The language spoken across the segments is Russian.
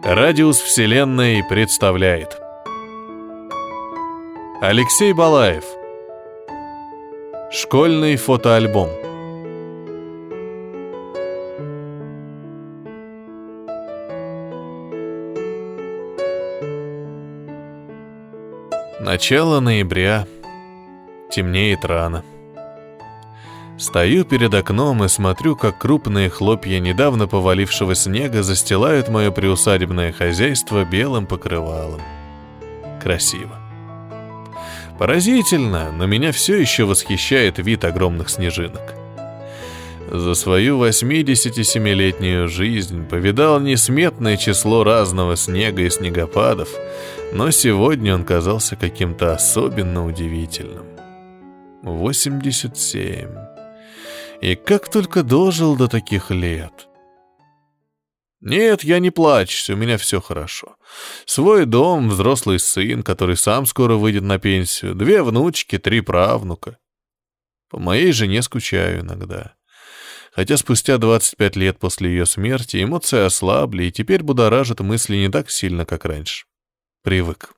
Радиус Вселенной представляет Алексей Балаев. Школьный фотоальбом. Начало ноября. Темнеет рано. Стою перед окном и смотрю, как крупные хлопья недавно повалившего снега застилают мое приусадебное хозяйство белым покрывалом. Красиво. Поразительно, но меня все еще восхищает вид огромных снежинок. За свою 87-летнюю жизнь повидал несметное число разного снега и снегопадов, но сегодня он казался каким-то особенно удивительным. 87. И как только дожил до таких лет. Нет, я не плачусь, у меня все хорошо. Свой дом, взрослый сын, который сам скоро выйдет на пенсию, 2 внучки, 3 правнука. По моей жене скучаю иногда. Хотя спустя 25 лет после ее смерти эмоции ослабли, и теперь будоражат мысли не так сильно, как раньше. Привык.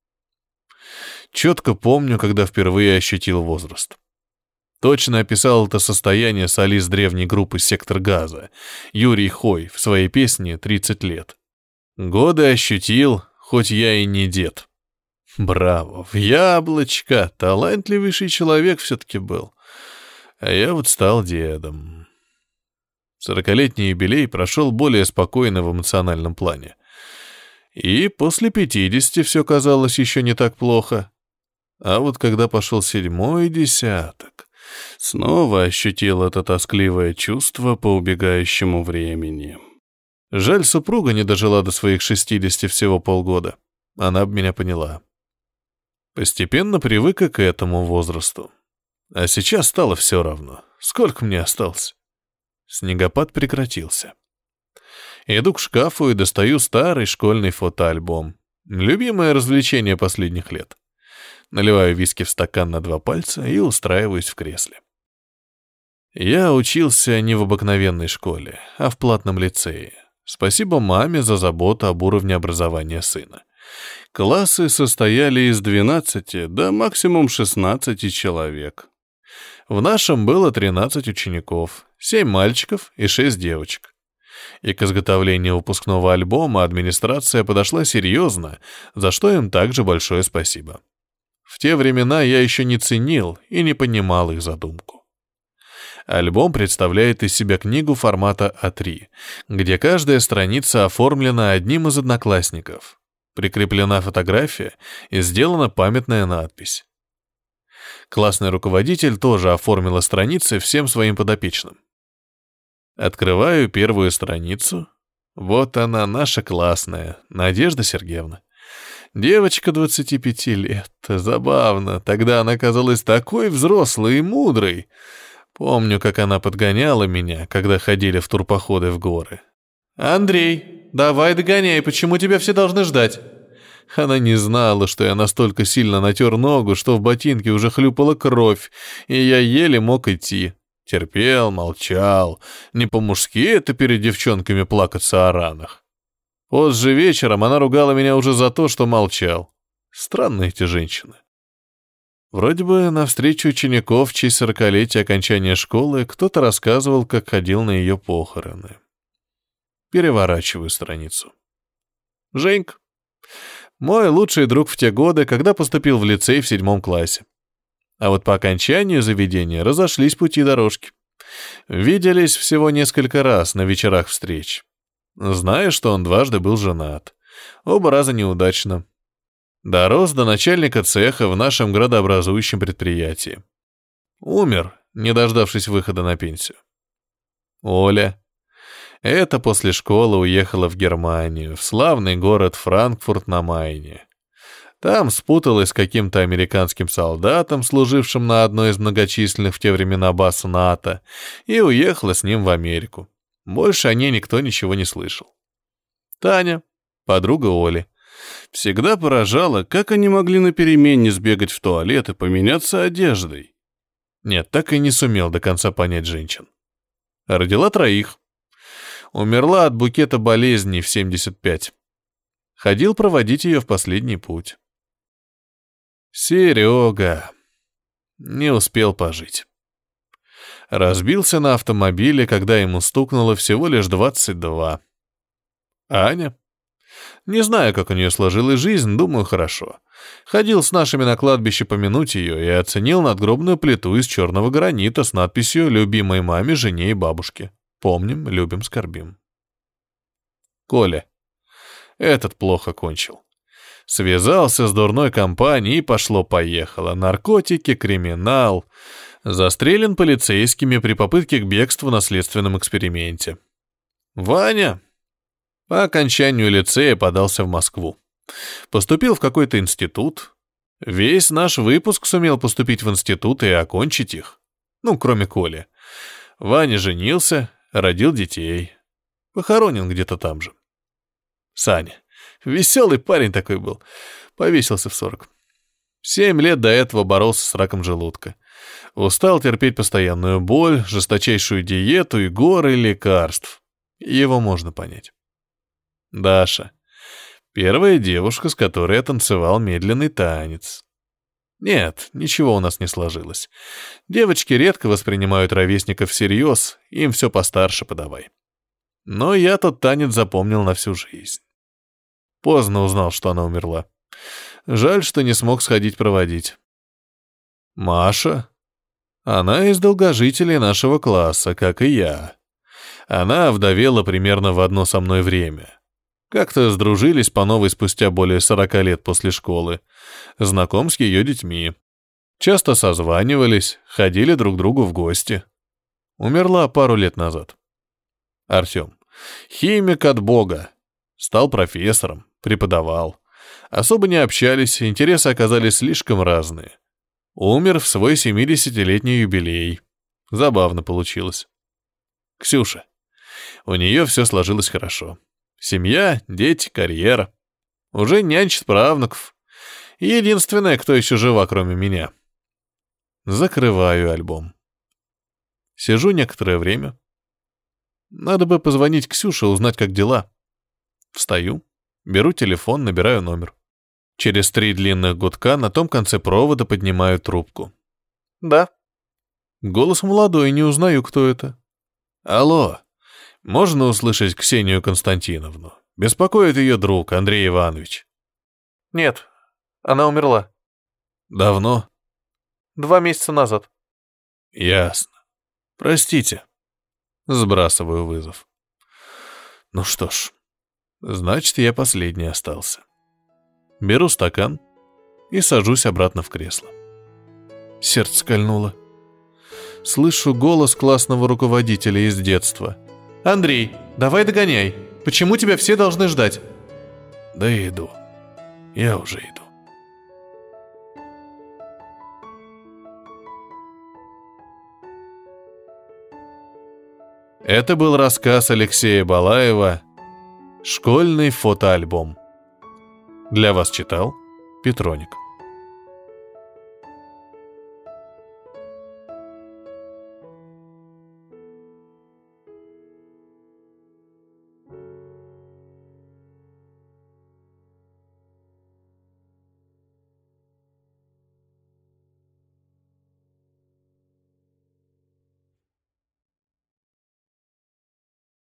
Четко помню, когда впервые ощутил возраст. Точно описал это состояние солист древней группы «Сектор газа» Юрий Хой в своей песне «30 лет». Годы ощутил, хоть я и не дед. Браво, в яблочко, талантливейший человек все-таки был. А я вот стал дедом. 40-летний юбилей прошел более спокойно в эмоциональном плане. И после 50 все казалось еще не так плохо. А вот когда пошел 7-й десяток, снова ощутил это тоскливое чувство по убегающему времени. Жаль, супруга не дожила до своих 60 всего полгода. Она бы меня поняла. Постепенно привык и к этому возрасту. А сейчас стало все равно. Сколько мне осталось? Снегопад прекратился. Иду к шкафу и достаю старый школьный фотоальбом. Любимое развлечение последних лет. Наливаю виски в стакан на 2 пальца и устраиваюсь в кресле. Я учился не в обыкновенной школе, а в платном лицее. Спасибо маме за заботу об уровне образования сына. Классы состояли из 12 до максимум 16 человек. В нашем было 13 учеников, 7 мальчиков и 6 девочек. И к изготовлению выпускного альбома администрация подошла серьезно, за что им также большое спасибо. В те времена я еще не ценил и не понимал их задумку. Альбом представляет из себя книгу формата А3, где каждая страница оформлена одним из одноклассников. Прикреплена фотография и сделана памятная надпись. Классный руководитель тоже оформила страницы всем своим подопечным. Открываю первую страницу. Вот она, наша классная, Надежда Сергеевна. Девочка 25 лет. Забавно. Тогда она казалась такой взрослой и мудрой. Помню, как она подгоняла меня, когда ходили в турпоходы в горы. «Андрей, давай догоняй, почему тебя все должны ждать?» Она не знала, что я настолько сильно натер ногу, что в ботинке уже хлюпала кровь, и я еле мог идти. Терпел, молчал. Не по-мужски это перед девчонками плакаться о ранах. Позже вечером она ругала меня уже за то, что молчал. Странные эти женщины. Вроде бы на встречу учеников в честь 40-летия окончания школы кто-то рассказывал, как ходил на ее похороны. Переворачиваю страницу. Женька. Мой лучший друг в те годы, когда поступил в лицей в 7 классе. А вот по окончанию заведения разошлись пути дорожки. Виделись всего несколько раз на вечерах встреч. Знаю, что он дважды был женат. Оба раза неудачно. Дорос до начальника цеха в нашем градообразующем предприятии. Умер, не дождавшись выхода на пенсию. Оля. Это после школы уехала в Германию, в славный город Франкфурт на Майне. Там спуталась с каким-то американским солдатом, служившим на одной из многочисленных в те времена баз НАТО, и уехала с ним в Америку. Больше о ней никто ничего не слышал. Таня, подруга Оли. Всегда поражала, как они могли на перемене сбегать в туалет и поменяться одеждой. Нет, так и не сумел до конца понять женщин. Родила 3. Умерла от букета болезней в 75. Ходил проводить ее в последний путь. Серега не успел пожить. Разбился на автомобиле, когда ему стукнуло всего лишь 22. Аня? Не знаю, как у нее сложилась жизнь, думаю, хорошо. Ходил с нашими на кладбище помянуть ее и оценил надгробную плиту из черного гранита с надписью «Любимой маме, жене и бабушке». Помним, любим, скорбим. Коля. Этот плохо кончил. Связался с дурной компанией и пошло-поехало. Наркотики, криминал. Застрелен полицейскими при попытке к бегству на следственном эксперименте. Ваня по окончанию лицея подался в Москву. Поступил в какой-то институт. Весь наш выпуск сумел поступить в институт и окончить их. Ну, кроме Коли. Ваня женился, родил детей. Похоронен где-то там же. Саня. Веселый парень такой был. Повесился в 40. 7 лет до этого боролся с раком желудка. Устал терпеть постоянную боль, жесточайшую диету и горы лекарств. Его можно понять. Даша. Первая девушка, с которой я танцевал медленный танец. Нет, ничего у нас не сложилось. Девочки редко воспринимают ровесников всерьез, им все постарше подавай. Но я тот танец запомнил на всю жизнь. Поздно узнал, что она умерла. Жаль, что не смог сходить проводить. Маша. Она из долгожителей нашего класса, как и я. Она овдовела примерно в одно со мной время. Как-то сдружились по новой спустя более 40 лет после школы. Знаком с ее детьми. Часто созванивались, ходили друг к другу в гости. Умерла пару лет назад. Артем. Химик от Бога. Стал профессором, преподавал. Особо не общались, интересы оказались слишком разные. Умер в свой 70-летний юбилей. Забавно получилось. Ксюша. У нее все сложилось хорошо. Семья, дети, карьера. Уже нянчит правнуков. Единственная, кто еще жива, кроме меня. Закрываю альбом. Сижу некоторое время. Надо бы позвонить Ксюше, узнать, как дела. Встаю, беру телефон, набираю номер. Через 3 длинных гудка на том конце провода поднимаю трубку. Да. Голос молодой, не узнаю, кто это. Алло. Можно услышать Ксению Константиновну? Беспокоит ее друг, Андрей Иванович. Нет, она умерла. Давно? 2 месяца назад. Ясно. Простите. Сбрасываю вызов. Ну что ж, значит, я последний остался. Беру стакан и сажусь обратно в кресло. Сердце кольнуло. Слышу голос классного руководителя из детства. «Андрей, давай догоняй. Почему тебя все должны ждать?» «Да иду. Я уже иду». Это был рассказ Алексея Балаева «Школьный фотоальбом». Для вас читал Петроник.